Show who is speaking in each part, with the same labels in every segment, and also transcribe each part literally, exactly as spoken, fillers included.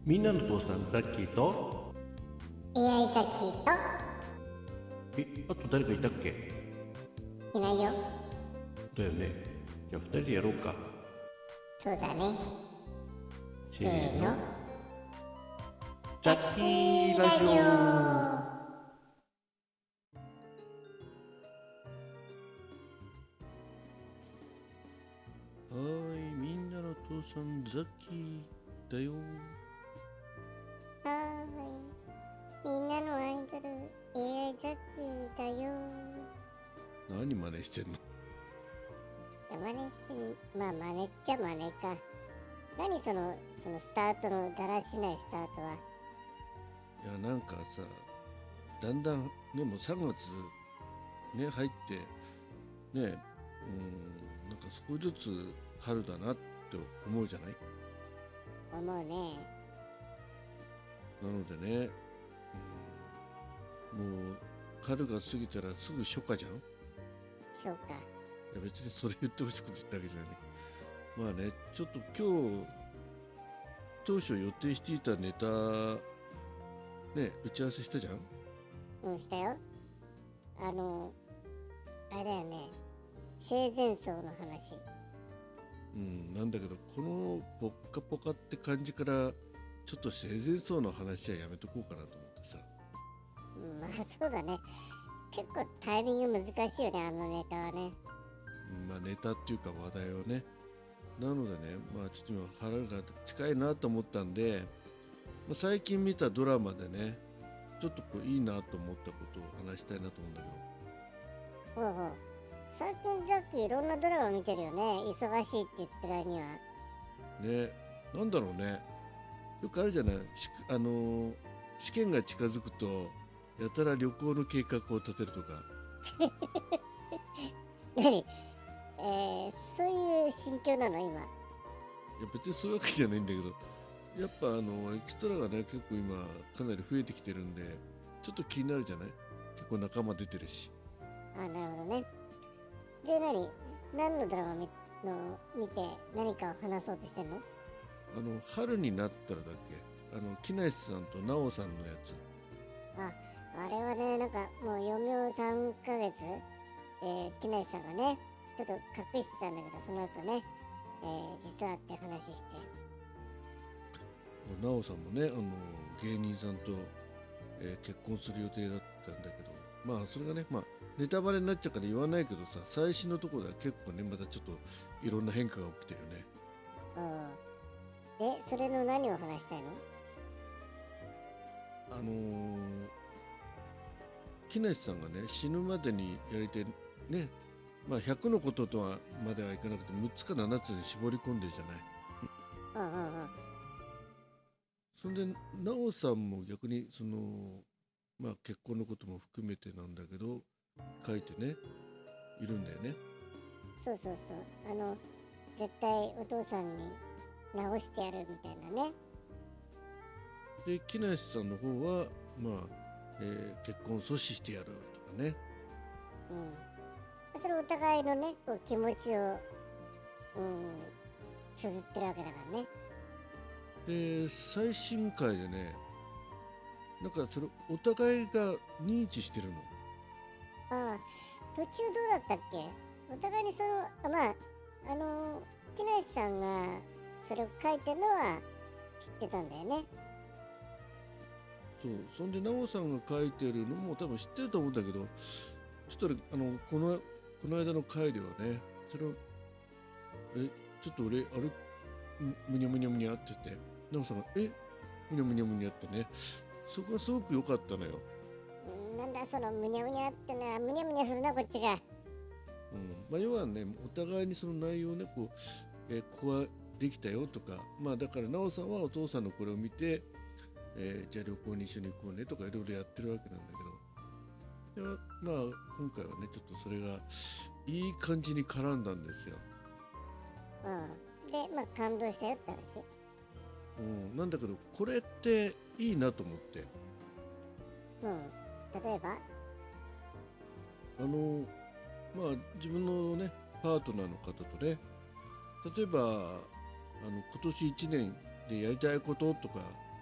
Speaker 1: みんなの父さんザッキーと
Speaker 2: エーアイ ザッキーと
Speaker 1: え、あと誰かいたっけ？
Speaker 2: いないよ。
Speaker 1: だよね。じゃあふたりでやろうか。
Speaker 2: そうだね。
Speaker 1: せーの、ザッキーラジオ。はーい、みんなの父さんザッキーだよ。
Speaker 2: はーい、みんなのアイドル エーアイ ザッキーだよ。
Speaker 1: 何真似してんの？
Speaker 2: 真似してる。まあ真似っちゃ真似か。何そのそのスタートのだらしないスタートは。
Speaker 1: いや、なんかさ、だんだんね、もうさんがつね入ってね、うん、なんか少しずつ春だなって思うじゃない。
Speaker 2: 思うね。
Speaker 1: なのでね、うん、もう春が過ぎたらすぐ初夏じゃん。
Speaker 2: そうか。
Speaker 1: いや別にそれ言ってほしくて言ったわけじゃない。まあね、ちょっと今日当初予定していたネタね、打ち合わせしたじゃん。
Speaker 2: うん、したよ。あのあれだよね、生前葬の話。
Speaker 1: うん、なんだけどこのポッカポカって感じからちょっと生前葬の話はやめとこうかなと思ってさ。
Speaker 2: うん、まあそうだね。結構タイミング難しいよね、あのネタはね。
Speaker 1: うん、まあネタっていうか話題をね。なのでね、まあちょっと今春が近いなと思ったんで、まあ、最近見たドラマでね、ちょっとこういいなと思ったことを話したいなと思うんだけど。
Speaker 2: ほうほう。最近ザッキーいろんなドラマ見てるよね、忙しいって言ってる間には。
Speaker 1: ね、なんだろうね。よくあるじゃない。しあのー試験が近づくとやたら旅行の計画を立てるとか。
Speaker 2: 何、えー、そういう心境なの今？
Speaker 1: いや別にそういうわけじゃないんだけど、やっぱあのエキストラがね結構今かなり増えてきてるんで、ちょっと気になるじゃない。結構仲間出てるし。
Speaker 2: あ、なるほどね。で、何何のドラマみの見て何かを話そうとしてんの？
Speaker 1: あの春になったらだっけ、あの木梨さんと奈緒さんのやつ。
Speaker 2: あ、あれはね、なんかもう余命さんかげつ、えー、木梨さんがねちょっと隠してたんだけど、その後ね、えー、実はって話して。
Speaker 1: 奈緒さんもね、あの芸人さんと、えー結婚する予定だったんだけど、まあそれがね、まあネタバレになっちゃうから言わないけどさ、最新のところでは結構ねまたちょっといろんな変化が起きてるよね。
Speaker 2: うん。で、それの何を話したいの？
Speaker 1: あのー、木梨さんがね死ぬまでにやりてね、まあひゃくのこととはまではいかなくてむっつかななつに絞り込んでるじゃない。
Speaker 2: うんうんうん。
Speaker 1: そんで奈緒さんも逆にそのまあ結婚のことも含めてなんだけど書いてねいるんだよね。
Speaker 2: そうそうそう。あの、絶対お父さんに直してやるみたいなね。
Speaker 1: で木梨さんの方はまあ、えー結婚阻止してやるとかね。
Speaker 2: うん。それお互いのね、こう気持ちを、うん、綴ってるわけだからね。
Speaker 1: で最新回でね、なんかそれお互いが認知してるの。
Speaker 2: ああ、途中どうだったっけ？お互いにその、あ、まあ、あのー、木梨さんがそれを書いてるのは知ってたんだよね。
Speaker 1: そう、そんで奈緒さんが書いてるのも多分知ってると思うんだけど、ちょっとあのこのこの間の回ではね、それをえちょっと俺あれむむにゃむにゃむにゃって言って奈緒さんがえむにゃむにゃむにゃってね、そこがすごく良かったのよ。
Speaker 2: うん、なんだそのむにゃむにゃってのは、むにゃむにゃするなこっちが。
Speaker 1: うん、まあ、要はねお互いにその内容をねこう、えーここはできたよとか、まあだから奈緒さんはお父さんのこれを見て、えーじゃあ旅行に一緒に行こうねとかいろいろやってるわけなんだけど、でまあ今回はねちょっとそれがいい感じに絡んだんですよ。
Speaker 2: うん。で、まあ感動したよって話。
Speaker 1: うん、なんだけどこれっていいなと思って、
Speaker 2: うん。例えば？
Speaker 1: あのまあ自分のねパートナーの方とね、例えばあの今年いちねんでやりたいこととか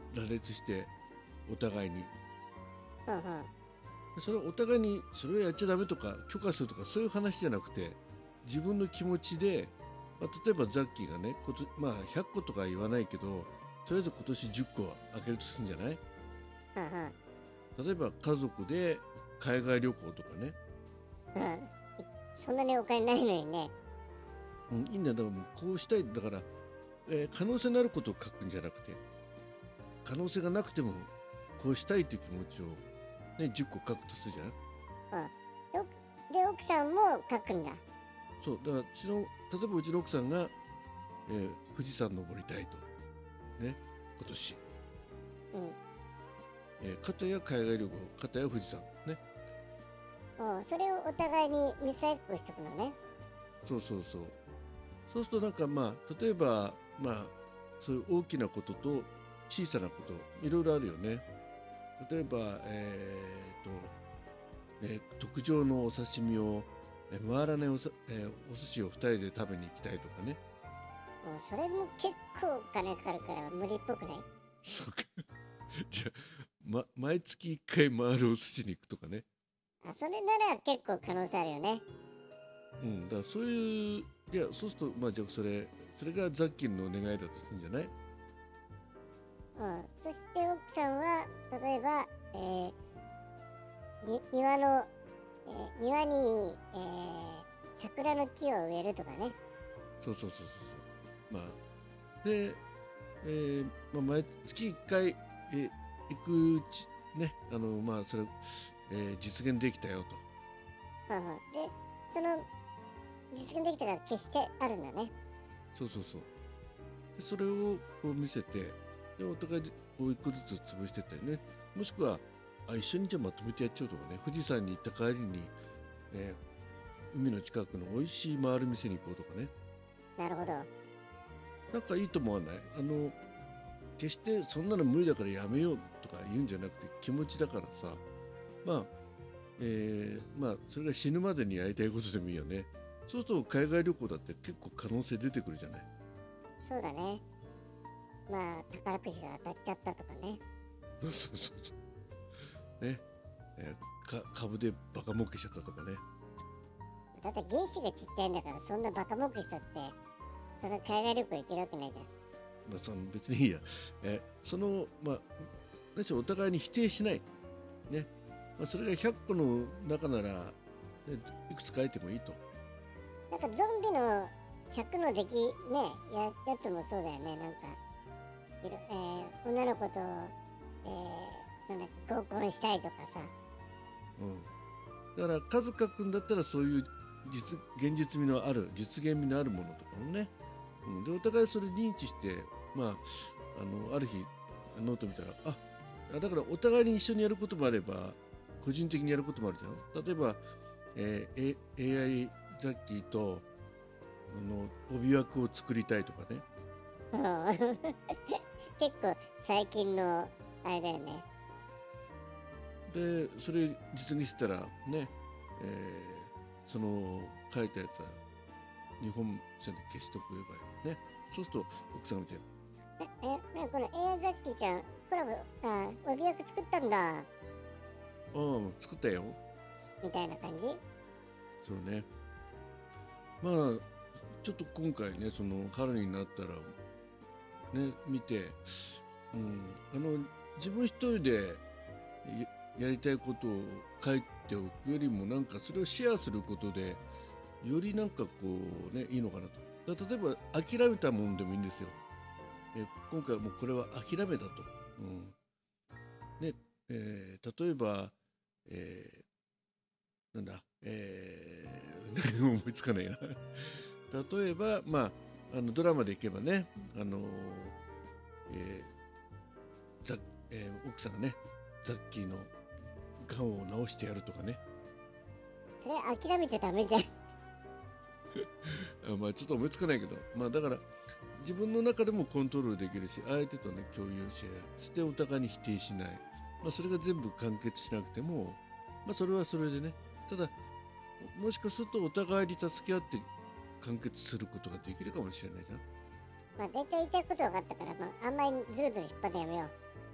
Speaker 1: 羅列してお互いに
Speaker 2: うんうん
Speaker 1: それはお互いにそれをやっちゃダメとか許可するとかそういう話じゃなくて自分の気持ちで、まあ、例えばザッキーがねこと、まあ、ひゃっことか言わないけどとりあえず今年じゅっこは開けるとするんじゃない
Speaker 2: うんうん
Speaker 1: 例えば家族で海外旅行とかね、
Speaker 2: うんそんなにお金ないのにね。
Speaker 1: うん、いいんだよだからもうこうしたいだから、えー可能性のあることを書くんじゃなくて可能性がなくてもこうしたいという気持ちを、ね、じゅっこ書くとするじゃん
Speaker 2: うんで、奥さんも書くんだ。
Speaker 1: そうだからうちの例えばうちの奥さんが、えー富士山登りたいとね今年、
Speaker 2: うん
Speaker 1: えー、片や海外旅行片や富士山ね
Speaker 2: おうそれをお互いに見細工しておくのね。
Speaker 1: そうそうそうそうするとなんかまあ例えばまあそういう大きなことと小さなこといろいろあるよね例えばえー、と、ね、特上のお刺身をえー回らないおさ、えーお寿司をふたりで食べに行きたいとかね
Speaker 2: もうそれも結構お金かかるから無理っぽくない？
Speaker 1: そうかじゃあ、ま、毎月いっかい回るお寿司に行くとかね
Speaker 2: あ、それなら結構可能性あるよね。
Speaker 1: うんだからそういういやそうするとまあじゃあそれそれがザッキーの願いだとするんじゃない
Speaker 2: うんそして奥さんは例えば、えーに庭の、えー庭に、えー桜の木を植えるとかね。
Speaker 1: そうそうそうそうそうまあで、えーまあ、毎月いっかい、えー行くうちねあのまあそれ、えー実現できたよと
Speaker 2: うんうんでその実現できたから決してあるんだね。
Speaker 1: そうそうそうでそれをこう見せてでお互いでこう一個ずつ潰していったりねもしくはあ一緒にじゃあまとめてやっちゃうとかね富士山に行った帰りに、えー海の近くの美味しい回る店に行こうとかね
Speaker 2: なるほど。
Speaker 1: なんかいいと思わないあの決してそんなの無理だからやめようとか言うんじゃなくて気持ちだからさまあ、えーまあそれが死ぬまでにやりたいことでもいいよねそうすると海外旅行だって結構可能性出てくるじゃない
Speaker 2: そうだね。まあ宝くじが当たっちゃったとかね。
Speaker 1: そうそうそうそうね、えーか株でバカ儲けしちゃったとかね
Speaker 2: だって原子がちっちゃいんだからそんなバカ儲けしたってその海外旅行行けるわけないじゃん。
Speaker 1: まあその別にいいや、えーそのまあ何しろお互いに否定しないね、まあ、それがひゃっこの中なら、ね、いくつ書いてもいいと
Speaker 2: なんかゾンビのひゃくの出来ねややつもそうだよね。なんかいろ、えー女の子と、えーなんだっけ合コンしたいとかさ。
Speaker 1: うん、だから数書くんだったらそういう実現実味のある実現味のあるものとかもね、うん、でお互いそれ認知してまああのある日ノート見たらああだからお互いに一緒にやることもあれば個人的にやることもあるじゃん例えば、えー、エーアイ ザッキーとあの帯枠を作りたいとかね
Speaker 2: うん結構最近のあれだよね。
Speaker 1: でそれ実現してたらね、えーその書いたやつは日本線で消しとくばよねそうすると奥さんが見て
Speaker 2: ええなんかこの エーアイ ザッキーちゃんコラボあ帯役作ったんだ
Speaker 1: ああ作ったよ
Speaker 2: みたいな感じ。
Speaker 1: そうねまあちょっと今回ねその春になったらね見て、うん、あの自分一人でややりたいことを書いておくよりもなんかそれをシェアすることでよりなんかこうねいいのかなとだ例えば諦めたもんでもいいんですよえ今回はもうこれは諦めだと、うんねえー例えば、えーなんだ、えー思いつかないな例えば、まあ、あのドラマでいけばね、あのーえーザえー奥さんがねザッキーのがんを治してやるとかね
Speaker 2: それ諦めちゃダメじゃん。
Speaker 1: あまあちょっと思いつかないけど、まあ、だから自分の中でもコントロールできるし相手とね共有ししてお互いに否定しない、まあ、それが全部完結しなくても、まあ、それはそれでねただもしかするとお互いに助け合って完結することができるかもしれないじゃん
Speaker 2: まあ大体言いたいこと分かったから、まあ、あんまりずるずる引っ張ってやめよう。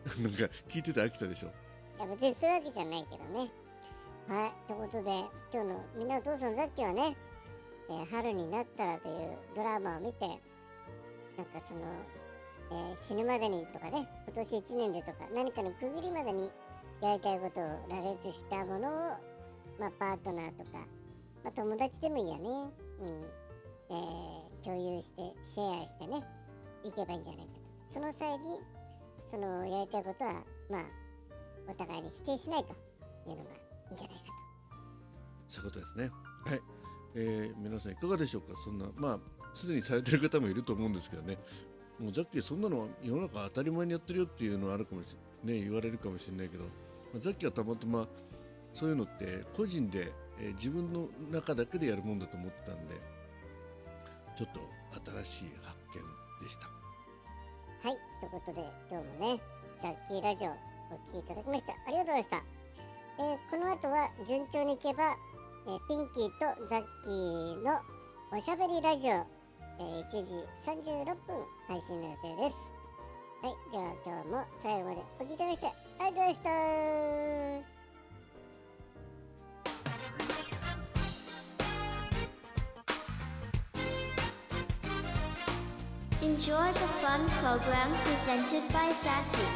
Speaker 1: なんか聞いてて飽きたでしょ。
Speaker 2: いや別にそういうわけじゃないけどね。はい、ということで今日のみんなお父さんザッキーはね、えー春になったらというドラマを見て、なんかその、えー死ぬまでにとかね、今年いちねんでとか何かの区切りまでにやりたいことを羅列したものを、まあ、パートナーとか、まあ、友達でもいいやね、うんえー共有してシェアしてねいけばいいんじゃないかと。その際にそのやりたいことはまあお互いに否定しないというのがいいんじゃないかと。
Speaker 1: そういうことですね。はい、えー皆さんいかがでしょうか。そんなまあすでにされてる方もいると思うんですけどね、もうザッキーそんなの世の中当たり前にやってるよっていうのはあるかもしれない、ね、言われるかもしれないけど、まあザッキーはたまたまそういうのって個人で、えー自分の中だけでやるもんだと思ってたんで、ちょっと新しい発見でした。
Speaker 2: はい、ということで今日もねザッキーラジオお聞きいただきましてありがとうございました。えーこの後は順調にいけば、えーピンキーとザッキーのおしゃべりラジオ、えーいちじさんじゅうろっぷん配信の予定です。はい、では今日も最後までお聞きいただきましてありがとうございました。
Speaker 3: Enjoy the fun program presented by Zaki.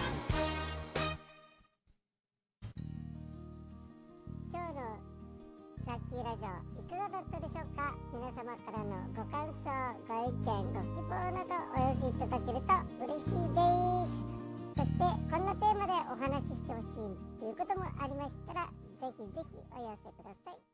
Speaker 2: 今日のザッキーラジオいかがだったでしょうか。皆様からのご感想ご意見ご希望などお寄せいただけると嬉しいです。そしてこんなテーマでお話ししてほしいということもありましたらぜひぜひお寄せください。